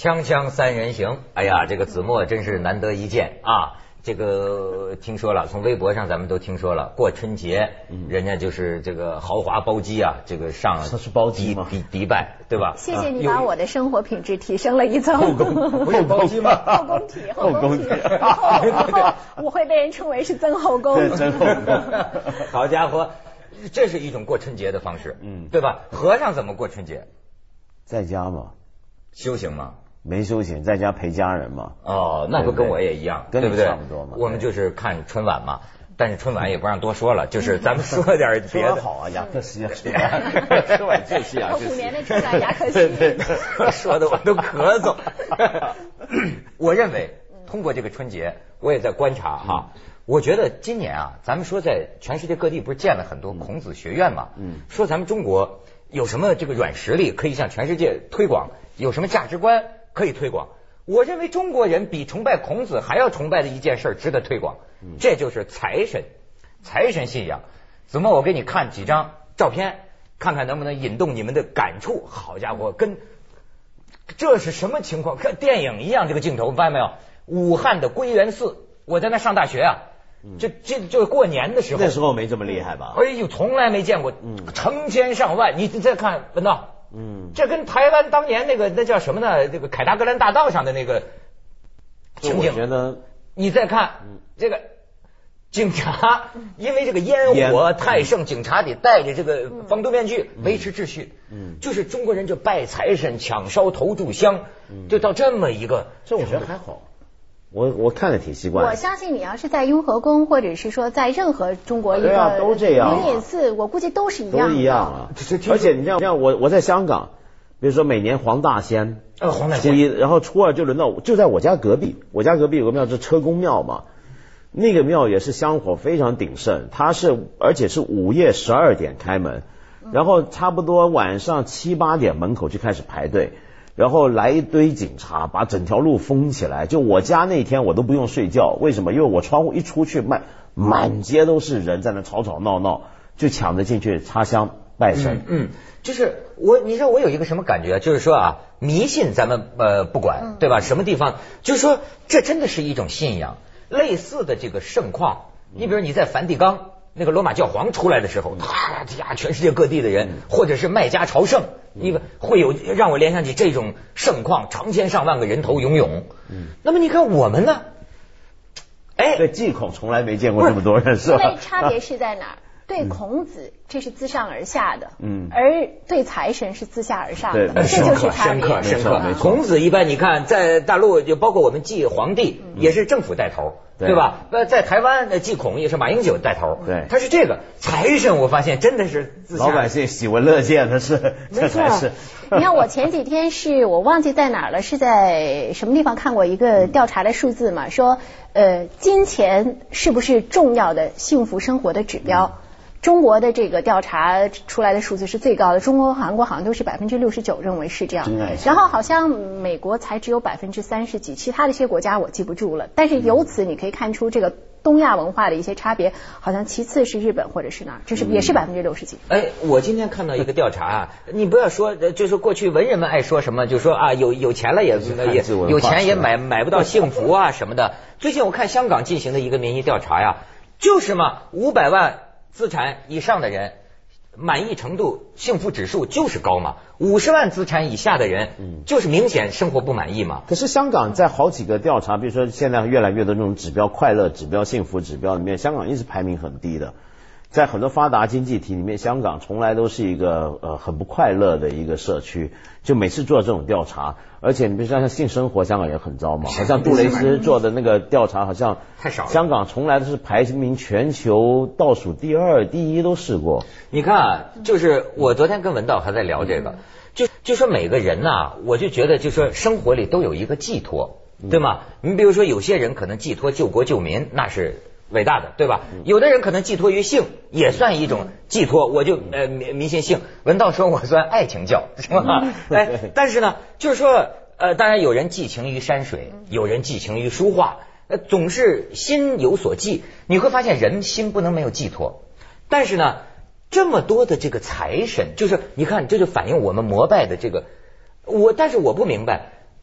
锵锵三人行，哎呀，这个子墨真是难得一见啊！这个听说了，从微博上咱们都听说了，过春节，人家就是这个豪华包机啊，这个上这是包机吗？ 迪拜，对吧？ 谢谢你把我的生活品质提升了一层。 后宫不是包机吗？ 后宫体，后宫体。我会被人称为是曾后宫。 对，曾后宫。 好家伙，这是一种过春节的方式，对吧？和尚怎么过春节？ 在家嘛， 修行嘛。 没修行，在家陪家人嘛。 哦，那不跟我也一样， 对不对？ 对不对？ 差不多嘛。 我们就是看春晚嘛，但是春晚也不让多说了，就是咱们说点别的。 好啊，雅克西啊，春晚就是雅克西。 虎年的春晚雅克西。 对， 说的我都咳嗽。我认为通过这个春节，我也在观察哈。我觉得今年啊，咱们说在全世界各地不是建了很多孔子学院嘛？说咱们中国有什么这个软实力可以向全世界推广，有什么价值观可以推广。我认为中国人比崇拜孔子还要崇拜的一件事值得推广，这就是财神信仰。子墨，我给你看几张照片，看看能不能引动你们的感触。好家伙，这是什么情况？跟电影一样，这个镜头发现没有？武汉的归元寺，我在那上大学啊，这就是过年的时候， 那时候没这么厉害吧？ 哎呦，从来没见过，成千上万。你再看文道。这跟台湾当年那叫什么呢？这个凯达格兰大道上的那个情景， 我觉得你再看这个警察，因为这个烟火太盛，警察得戴着这个防毒面具维持秩序。就是中国人就拜财神、抢烧头炷香，就到这么一个。 这我觉得还好。我看着挺习惯。 我相信你要是在雍和宫，或者是说在任何中国一个都这样， 灵隐寺，我估计都是一样的。 都一样啊！而且你这样，我在香港，比如说每年黄大仙，初一，然后初二就轮到，就在我家隔壁有个庙是车公庙嘛，那个庙也是香火非常鼎盛，而且是午夜12点开门，然后差不多晚上7、8点门口就开始排队。然后来一堆警察，把整条路封起来。就我家那天我都不用睡觉，为什么？因为我窗户一出去，满街都是人在那吵吵闹闹，就抢着进去插香拜神。 就是你知道我有一个什么感觉？就是说啊，迷信咱们不管，对吧？什么地方，就是说这真的是一种信仰。类似的这个盛况，你比如你在梵蒂冈。那个罗马教皇出来的时候，全世界各地的人，或者是麦加朝圣，会有让我联想起这种盛况，成千上万个人头涌涌。那么你看我们呢？ 对，祭孔从来没见过这么多人，是吧？ 因为差别是在哪儿？对孔子这是自上而下的，而对财神是自下而上的，这就是差别。 深刻。孔子一般你看在大陆，就包括我们祭皇帝，也是政府带头。对吧？在台湾祭孔也是马英九带头， 对， 他是这个财神，我发现真的是老百姓喜闻乐见的是，这才是。 你看我前几天我忘记在哪儿了，是在什么地方看过一个调查的数字嘛？说金钱是不是重要的幸福生活的指标？中国的这个调查出来的数字是最高的，中国、韩国好像都是69%认为是这样，然后好像美国才只有30%几，其他的一些国家我记不住了。但是由此你可以看出这个东亚文化的一些差别，好像其次是日本或者是哪儿，就是也是60%几。 我今天看到一个调查啊，你不要说，就是过去文人们爱说什么，就说啊有钱了也有钱也买不到幸福啊什么的。最近我看香港进行的一个民意调查呀，就是嘛，500万。资产以上的人满意程度、幸福指数就是高嘛，50万资产以下的人就是明显生活不满意嘛。 可是香港在好几个调查，比如说现在越来越多这种指标、快乐指标、幸福指标里面，香港一直排名很低的。在很多发达经济体里面，香港从来都是一个很不快乐的一个社区。就每次做这种调查，而且你比如说像性生活，香港也很糟嘛。好像杜蕾斯做的那个调查，好像太少了。 香港从来都是排名全球倒数第2、第1都试过。 你看啊，就是我昨天跟文道还在聊这个，就说每个人呐，我就觉得就说生活里都有一个寄托，对吗？你比如说有些人可能寄托救国救民，那是伟大的，对吧？有的人可能寄托于性，也算一种寄托。我就迷信性。文道说我算爱情教，是吧？但是呢，就是说当然有人寄情于山水，有人寄情于书画，总是心有所寄。你会发现人心不能没有寄托。但是呢，这么多的这个财神，就是你看，这就反映我们膜拜的这个但是我不明白。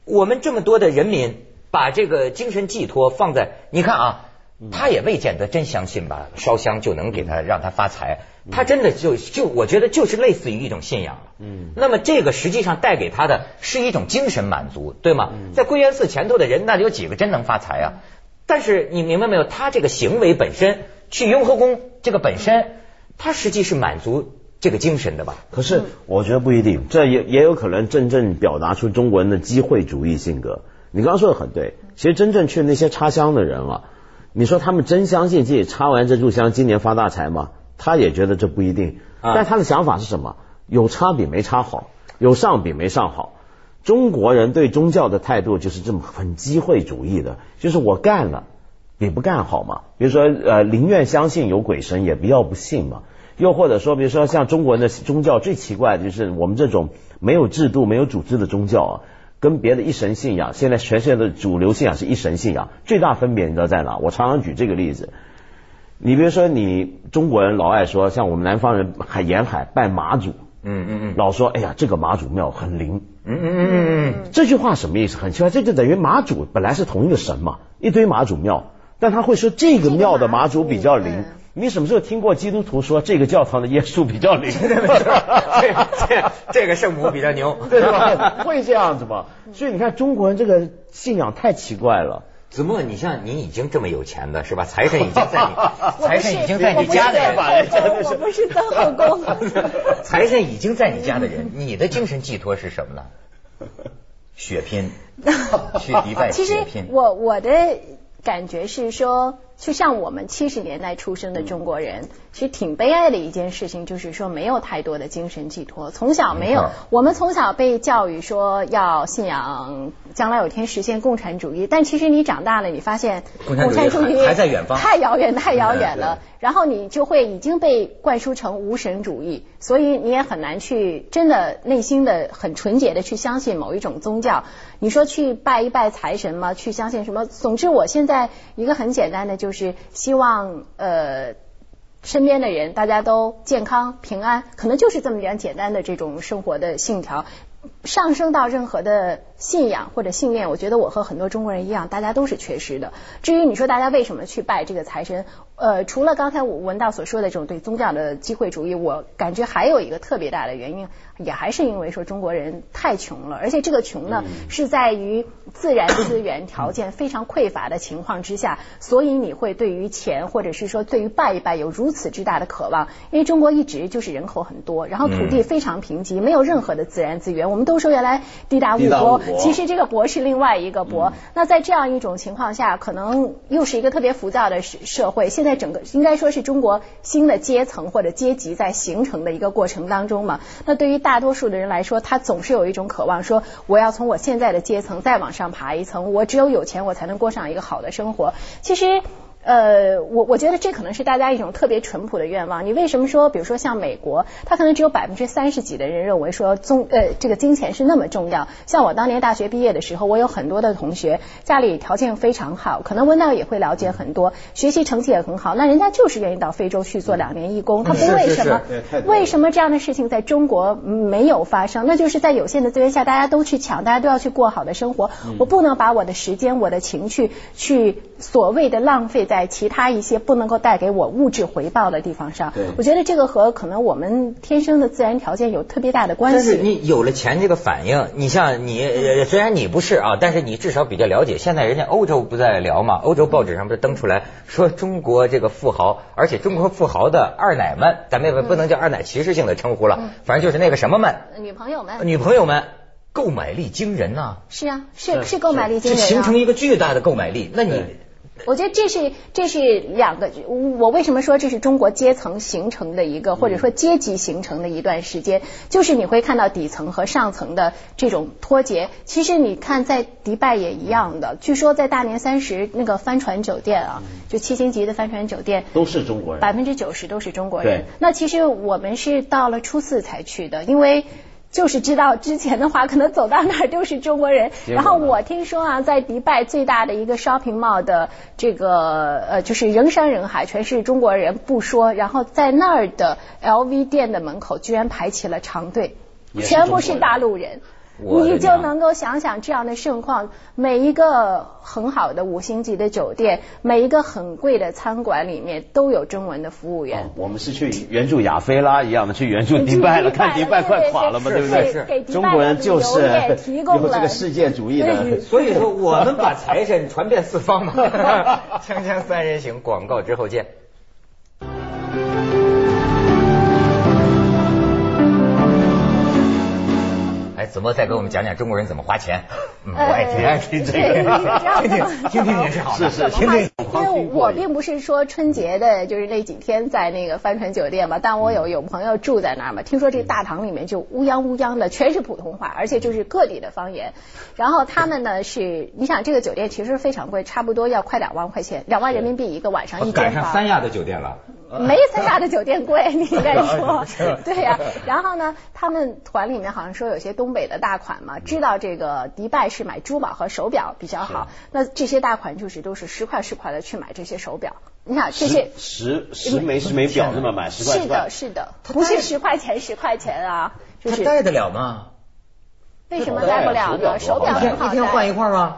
我们这么多的人民把这个精神寄托放在，你看啊，他也未见得真相信吧，烧香就能给他让他发财，他真的就我觉得就是类似于一种信仰了。那么这个实际上带给他的是一种精神满足，对吗？在归元寺前头的人，那有几个真能发财啊？但是你明白没有？他这个行为本身，去雍和宫这个本身，他实际是满足这个精神的吧？ 可是我觉得不一定，这也有可能真正表达出中国人的机会主义性格。你刚刚说的很对，其实真正去那些插香的人啊，你说他们真相信自己插完这炷香今年发大财吗？他也觉得这不一定，但他的想法是什么？有插比没插好，有上比没上好。中国人对宗教的态度就是这么很机会主义的，就是我干了比不干好嘛。比如说宁愿相信有鬼神也不要不信嘛。又或者说比如说像中国人的宗教最奇怪的就是我们这种没有制度没有组织的宗教啊，跟别的一神信仰，现在全世界的主流信仰是一神信仰，最大分别你知道在哪？我常常举这个例子，你比如说你中国人老爱说，像我们南方人沿海拜妈祖，老说哎呀这个妈祖庙很灵，这句话什么意思？很奇怪，这就等于妈祖本来是同一个神嘛，一堆妈祖庙，但他会说这个庙的妈祖比较灵。你什么时候听过基督徒说这个教堂的耶稣比较灵？ 这个圣母比较牛， 对吧？会这样子吗？所以你看中国人这个信仰太奇怪了。 子墨，你像你已经这么有钱的是吧？财神已经在你，财神已经在你家的人， 我不是登后宫， 财神已经在你家的人，你的精神寄托是什么呢？血拼，去迪拜血拼。 其实我的感觉是说，就像我们70年代出生的中国人，其实挺悲哀的一件事情，就是说没有太多的精神寄托，从小没有，我们从小被教育说要信仰将来有天实现共产主义，但其实你长大了，你发现共产主义还在远方， 太遥远了，然后你就会已经被灌输成无神主义，所以你也很难去真的内心的很纯洁的去相信某一种宗教。你说去拜一拜财神吗？去相信什么？总之我现在一个很简单的就是希望身边的人大家都健康平安，可能就是这么点简单的这种生活的信条。上升到任何的信仰或者信念，我觉得我和很多中国人一样，大家都是缺失的。至于你说大家为什么去拜这个财神，除了刚才我文道所说的这种对宗教的机会主义，我感觉还有一个特别大的原因，也还是因为说中国人太穷了，而且这个穷呢是在于自然资源条件非常匮乏的情况之下，所以你会对于钱或者是说对于拜一拜有如此之大的渴望。因为中国一直就是人口很多，然后土地非常贫瘠，没有任何的自然资源。我们都说原来地大物博，其实这个博是另外一个博。那在这样一种情况下，可能又是一个特别浮躁的社会。现在整个应该说是中国新的阶层或者阶级在形成的一个过程当中嘛。那对于大多数的人来说，他总是有一种渴望，说我要从我现在的阶层再往上爬一层，我只有有钱我才能过上一个好的生活。其实我觉得这可能是大家一种特别淳朴的愿望。你为什么说，比如说像美国，他可能只有30%几的人认为说这个金钱是那么重要。像我当年大学毕业的时候，我有很多的同学家里条件非常好，可能文道也会了解很多，学习成绩也很好，那人家就是愿意到非洲去做2年义工，他不为什么？为什么这样的事情在中国没有发生？那就是在有限的资源下，大家都去抢，大家都要去过好的生活。我不能把我的时间、我的情绪去所谓的浪费在其他一些不能够带给我物质回报的地方上。我觉得这个和可能我们天生的自然条件有特别大的关系。 但是你有了钱这个反应，你像你虽然你不是啊，但是你至少比较了解。现在人家欧洲不在聊嘛，欧洲报纸上不是登出来说中国这个富豪，而且中国富豪的二奶们，咱们也不能叫二奶歧视性的称呼了，反正就是那个什么们， 女朋友们购买力惊人呐。 是啊，是购买力惊人啊， 形成一个巨大的购买力。那你我觉得这是两个，我为什么说这是中国阶层形成的一个，或者说阶级形成的一段时间，就是你会看到底层和上层的这种脱节。其实你看在迪拜也一样的，据说在大年30那个帆船酒店啊，就7星级的帆船酒店都是中国人 ，90%都是中国人。那其实我们是到了初4才去的，因为就是知道之前的话可能走到哪儿都是中国人。然后我听说啊，在迪拜最大的一个 shopping mall 的这个就是人山人海，全是中国人不说，然后在那儿的 LV 店的门口居然排起了长队，全部是大陆人。 你就能够想想这样的盛况，每一个很好的5星级的酒店，每一个很贵的餐馆里面都有中文的服务员。 我们是去援助亚非拉一样的去援助迪拜了，看迪拜快垮了嘛，对不对？中国人就是有这个世界主义的， 所以说我们把财神传遍四方嘛。锵锵三人行，广告之后见。子墨再给我们讲讲中国人怎么花钱。我也挺爱听这个，听听也是好的。是听听。 因为我并不是说春节的就是那几天在那个帆船酒店嘛，但我有朋友住在那儿嘛，听说这个大堂里面就乌泱乌泱的全是普通话，而且就是各地的方言。然后他们呢是，你想这个酒店其实非常贵，差不多要快2万块钱，2万人民币一个晚上一间房。 赶上三亚的酒店了。 没三亚的酒店贵，你应该说。对呀。然后呢，他们团里面好像说有些东北的大款嘛，知道这个迪拜是买珠宝和手表比较好，那这些大款就是都是10块10块的去买这些手表。你看这些 10枚表那么买10块10块。 是的，不是10块钱10块钱啊。 他戴得了吗？ 为什么戴不了呢？手表很好戴。 一天换一块吗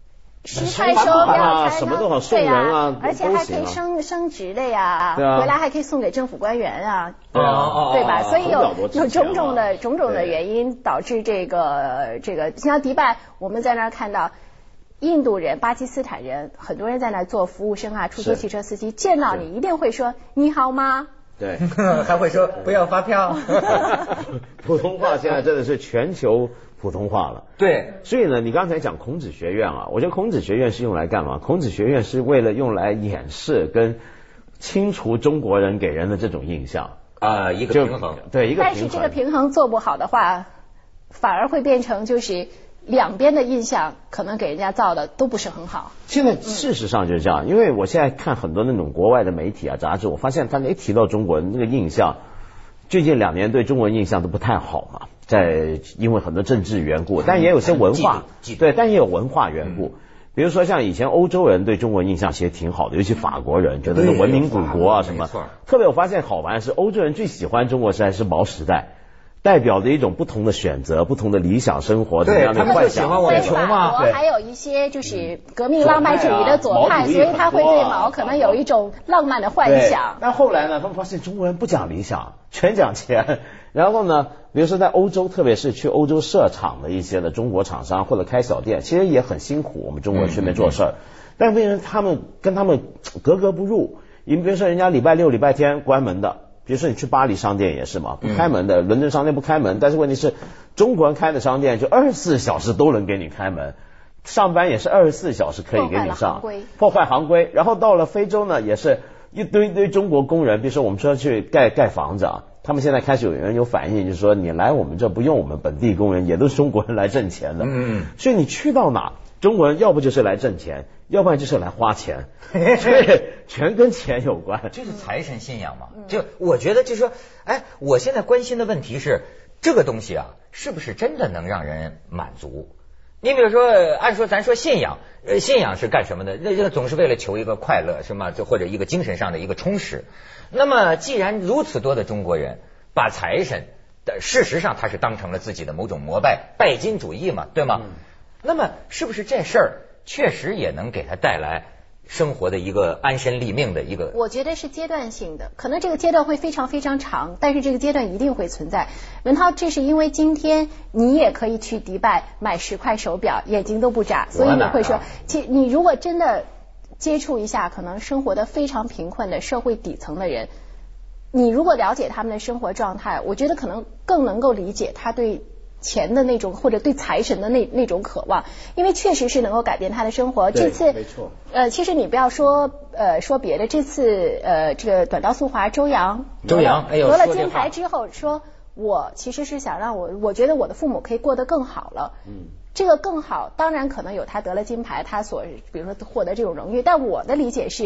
？10块手表什么都好送人啊， 而且还可以升值的呀，回来还可以送给政府官员啊， 对吧？所以有种种的原因导致这个，像迪拜，我们在那儿看到印度人、巴基斯坦人，很多人在那儿做服务生啊，出租汽车司机，见到你一定会说你好吗？ 对， 还会说不要发票。 普通话现在真的是全球普通话了。 对， 所以呢，你刚才讲孔子学院啊，我觉得孔子学院是用来干嘛？孔子学院是为了用来掩饰跟清除中国人给人的这种印象一个平衡。 对，一个平衡。 但是这个平衡做不好的话，反而会变成就是两边的印象可能给人家造的都不是很好。 现在事实上就是这样，因为我现在看很多那种国外的媒体啊、杂志，我发现他们一提到中国人那个印象，最近2年对中国人印象都不太好嘛，因为很多政治缘故，但也有些文化，对，但也有文化缘故。比如说像以前欧洲人对中国人印象其实挺好的，尤其法国人觉得是文明古国啊什么。特别我发现好玩的是，欧洲人最喜欢中国时代是毛时代。代表着一种不同的选择，不同的理想生活，怎么样的幻想？ 法国还有一些就是革命浪漫主义的左派，所以他会对毛可能有一种浪漫的幻想。 但后来呢，他们发现中国人不讲理想，全讲钱。然后呢，比如说在欧洲，特别是去欧洲设厂的一些的中国厂商或者开小店，其实也很辛苦。我们中国人去那边做事儿，但为什么他们跟他们格格不入？你比如说人家礼拜6、礼拜天关门的。比如说你去巴黎商店也是嘛，不开门的，伦敦商店不开门，但是问题是中国人开的商店就24小时都能给你开门，上班也是24小时可以给你上，破坏行规。然后到了非洲呢，也是一堆中国工人，比如说我们说去盖房子啊，他们现在开始有人有反应，就是说你来我们这不用我们本地工人，也都是中国人来挣钱的。所以你去到哪，中国人要不就是来挣钱，要不然就是来花钱，全跟钱有关。 就是财神信仰嘛。就我觉得就是说，我现在关心的问题是这个东西啊，是不是真的能让人满足？你比如说，按说咱说信仰，信仰是干什么的？那总是为了求一个快乐，是吗？就或者一个精神上的一个充实。那么既然如此多的中国人把财神事实上他是当成了自己的某种膜拜，拜金主义嘛，对吗？那么是不是这事儿确实也能给他带来生活的一个安身立命的一个？ 我觉得是阶段性的，可能这个阶段会非常非常长，但是这个阶段一定会存在。文涛，这是因为今天你也可以去迪拜买10块手表，眼睛都不眨，所以你会说，你如果真的接触一下可能生活的非常贫困的社会底层的人，你如果了解他们的生活状态，我觉得可能更能够理解他对钱的那种或者对财神的那种渴望，因为确实是能够改变他的生活。这次没错， 其实你不要说别的，这次这个短道速滑周洋得了金牌之后说，我其实是想让我觉得我的父母可以过得更好了。这个更好当然可能有他得了金牌他所比如说获得这种荣誉，但我的理解是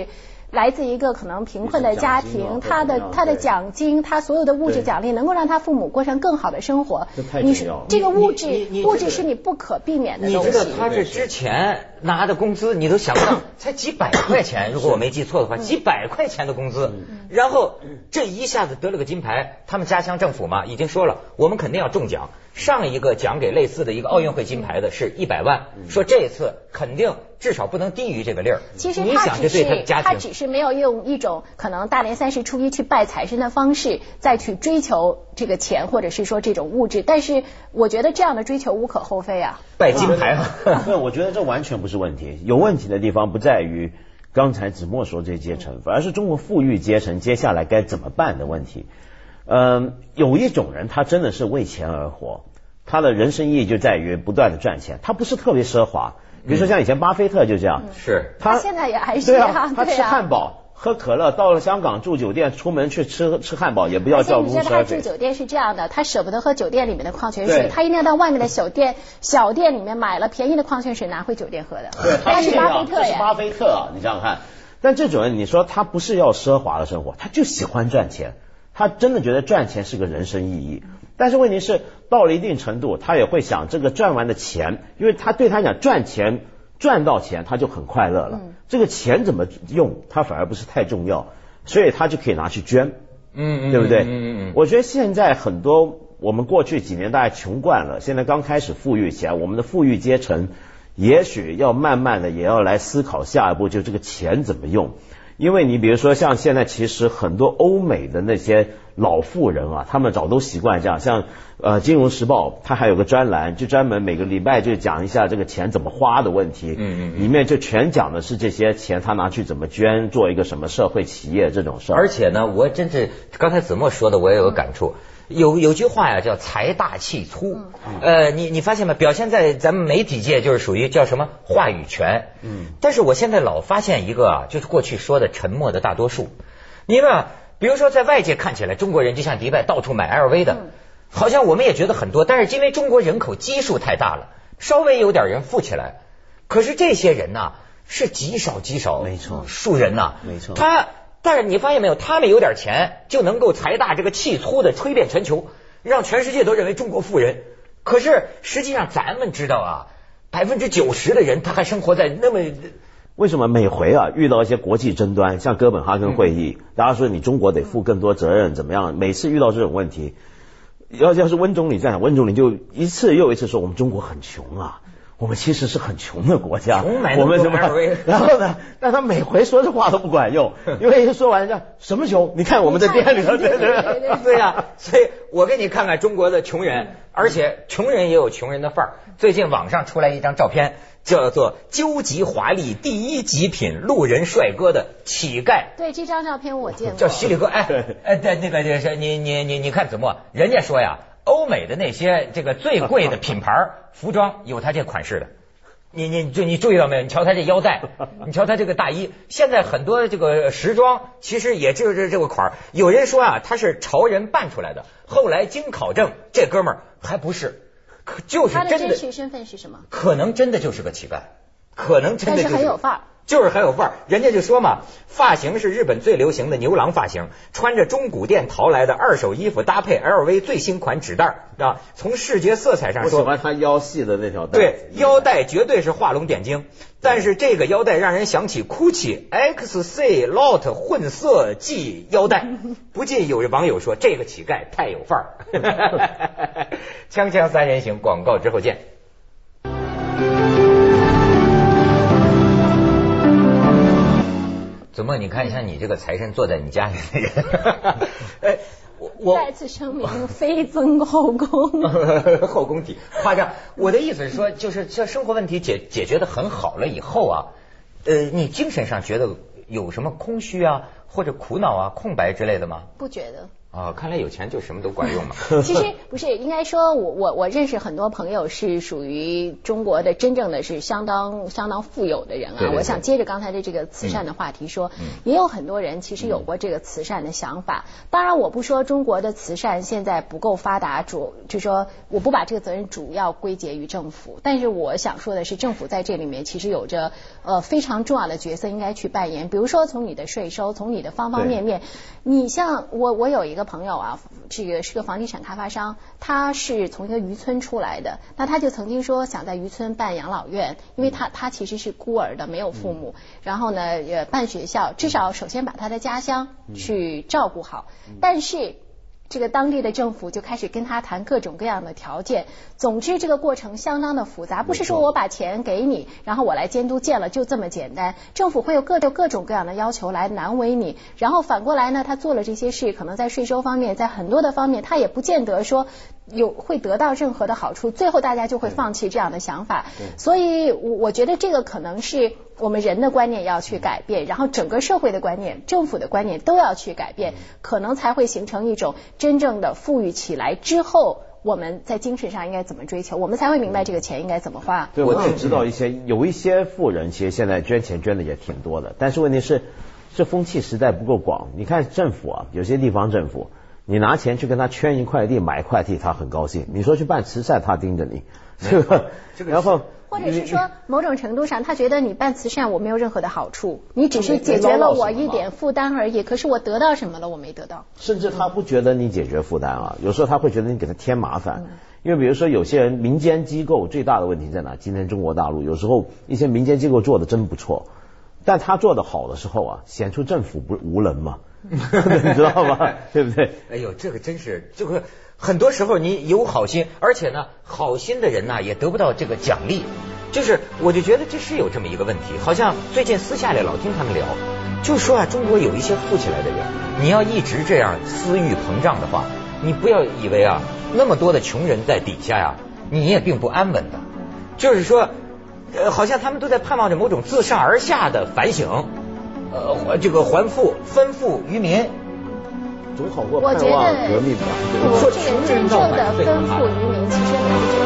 来自一个可能贫困的家庭，他的奖金，他所有的物质奖励，能够让他父母过上更好的生活。你这个物质是你不可避免的东西。 你知道他这之前拿的工资，你都想不到，才几百块钱，如果我没记错的话，几百块钱的工资，然后这一下子得了个金牌，他们家乡政府嘛已经说了，我们肯定要中奖。上一个奖给类似的一个奥运会金牌的是100万，说这次肯定至少不能低于这个粒儿。 其实他只是没有用一种可能大年30、初1去拜财神的方式再去追求这个钱，或者是说这种物质，但是我觉得这样的追求无可厚非啊。 拜金牌对，我觉得这完全不是问题，有问题的地方不在于刚才子墨说这阶层，反而是中国富裕阶层接下来该怎么办的问题。有一种人他真的是为钱而活，他的人生意义就在于不断的赚钱，他不是特别奢华。比如说像以前巴菲特就这样， 是他现在也还是啊， 他吃汉堡喝可乐，到了香港住酒店，出门去吃汉堡也不要叫 room service。你知道他住酒店是这样的，他舍不得喝酒店里面的矿泉水，他一定要到外面的小店里面买了便宜的矿泉水拿回酒店喝的。 对， 他是巴菲特呀， 这是巴菲特啊，你想想看。但这种人，你说他不是要奢华的生活，他就喜欢赚钱。他真的觉得赚钱是个人生意义，但是问题是到了一定程度，他也会想这个赚完的钱，因为他对他讲赚到钱他就很快乐了，这个钱怎么用他反而不是太重要，所以他就可以拿去捐，对不对？我觉得现在很多我们过去几年大概穷惯了，现在刚开始富裕起来，我们的富裕阶层也许要慢慢的也要来思考下一步，就这个钱怎么用。因为你比如说像现在其实很多欧美的那些老富人啊，他们早都习惯这样，像金融时报它还有个专栏，就专门每个礼拜就讲一下这个钱怎么花的问题，里面就全讲的是这些钱他拿去怎么捐，做一个什么社会企业这种事儿。 而且呢，我真是刚才子墨说的我也有感触，有句话呀叫财大气粗，你发现没？表现在咱们媒体界就是属于叫什么话语权，但是我现在老发现一个啊，就是过去说的沉默的大多数。你看，比如说在外界看起来中国人就像迪拜到处买 LV 的，好像我们也觉得很多，但是因为中国人口基数太大了，稍微有点人富起来，可是这些人呐是极少， 没错， 数人呐， 没错， 但是你发现没有，他们有点钱就能够财大这个气粗的吹遍全球，让全世界都认为中国富人。可是实际上咱们知道啊，90%的人他还生活在那么。 为什么每回啊遇到一些国际争端，像哥本哈根会议，大家说你中国得负更多责任怎么样？每次遇到这种问题，要是温总理这样，温总理就一次又一次说我们中国很穷啊。我们其实是很穷的国家，我们什么？然后呢？但他每回说这话都不管用，因为说完叫什么穷？你看我们的店里头， 对呀。所以我给你看看中国的穷人，而且穷人也有穷人的范儿。最近网上出来一张照片，叫做究极华丽第一极品路人帅哥的乞丐。 对，这张照片我见过。 叫犀利哥，对，那个就是你看子墨，人家说呀。欧美的那些这个最贵的品牌服装有他这款式的，你注意到没有？你瞧他这腰带，你瞧他这个大衣，现在很多这个时装其实也就是这个款。有人说啊，他是潮人扮出来的，后来经考证，这哥们儿还不是，就是真的。 他的真实身份是什么？ 可能真的就是个乞丐，可能真的但是很有范儿。 就是很有范儿，人家就说嘛，发型是日本最流行的牛郎发型，穿着中古店淘来的二手衣服，搭配 LV 最新款纸袋啊。从视觉色彩上说， 我喜欢他腰细的那条带， 对，腰带绝对是画龙点睛。但是这个腰带让人想起 GUCCI XC Lot 混色系腰带，不禁有网友说这个乞丐太有范儿。锵锵三人行，广告之后见。怎么？你看像你这个财神坐在你家里的人， 我再次声明，非增后宫， 后宫体夸张。我的意思是说，就是这生活问题解决的很好了以后啊，你精神上觉得有什么空虚啊，或者苦恼啊、空白之类的吗？ 不觉得。 看来有钱就什么都管用嘛。 其实不是，应该说我认识很多朋友是属于中国的真正的是相当富有的人啊。我想接着刚才的这个慈善的话题说，也有很多人其实有过这个慈善的想法。当然我不说中国的慈善现在不够发达，就说我不把这个责任主要归结于政府，但是我想说的是，政府在这里面其实有着非常重要的角色应该去扮演。比如说从你的税收，从你的方方面面，你像我有一个朋友啊，这个是个房地产开发商，他是从一个渔村出来的，那他就曾经说想在渔村办养老院，因为他其实是孤儿的，没有父母，然后呢办学校，至少首先把他的家乡去照顾好，但是这个当地的政府就开始跟他谈各种各样的条件，总之这个过程相当的复杂，不是说我把钱给你，然后我来监督建了就这么简单，政府会有各种各样的要求来难为你，然后反过来呢，他做了这些事，可能在税收方面，在很多的方面，他也不见得说会得到任何的好处，最后大家就会放弃这样的想法。所以我觉得这个可能是我们人的观念要去改变，然后整个社会的观念、政府的观念都要去改变，可能才会形成一种真正的富裕起来之后，我们在精神上应该怎么追求，我们才会明白这个钱应该怎么花。 对，我也知道有一些富人其实现在捐钱捐的也挺多的，但是问题是这风气实在不够广。你看政府啊，有些地方政府你拿钱去跟他圈一块地买一块地，他很高兴，你说去办慈善他盯着你，这个然后或者是说某种程度上他觉得你办慈善我没有任何的好处，你只是解决了我一点负担而已，可是我得到什么了？我没得到。 甚至他不觉得你解决负担啊，有时候他会觉得你给他添麻烦。因为比如说有些人民间机构最大的问题在哪？今天中国大陆有时候一些民间机构做的真不错，但他做的好的时候啊，显出政府不无能嘛。你知道吗？对不对？ 哎呦，这个真是这个很多时候你有好心，而且呢，好心的人呢也得不到这个奖励。就是我就觉得这是有这么一个问题，好像最近私下里老听他们聊，就说啊，中国有一些富起来的人，你要一直这样私欲膨胀的话，你不要以为啊那么多的穷人在底下呀，你也并不安稳的。就是说，好像他们都在盼望着某种自上而下的反省。这个还富分富于民， 总好过盼望革命吧。 我觉得这个真正的分富于民，其实还是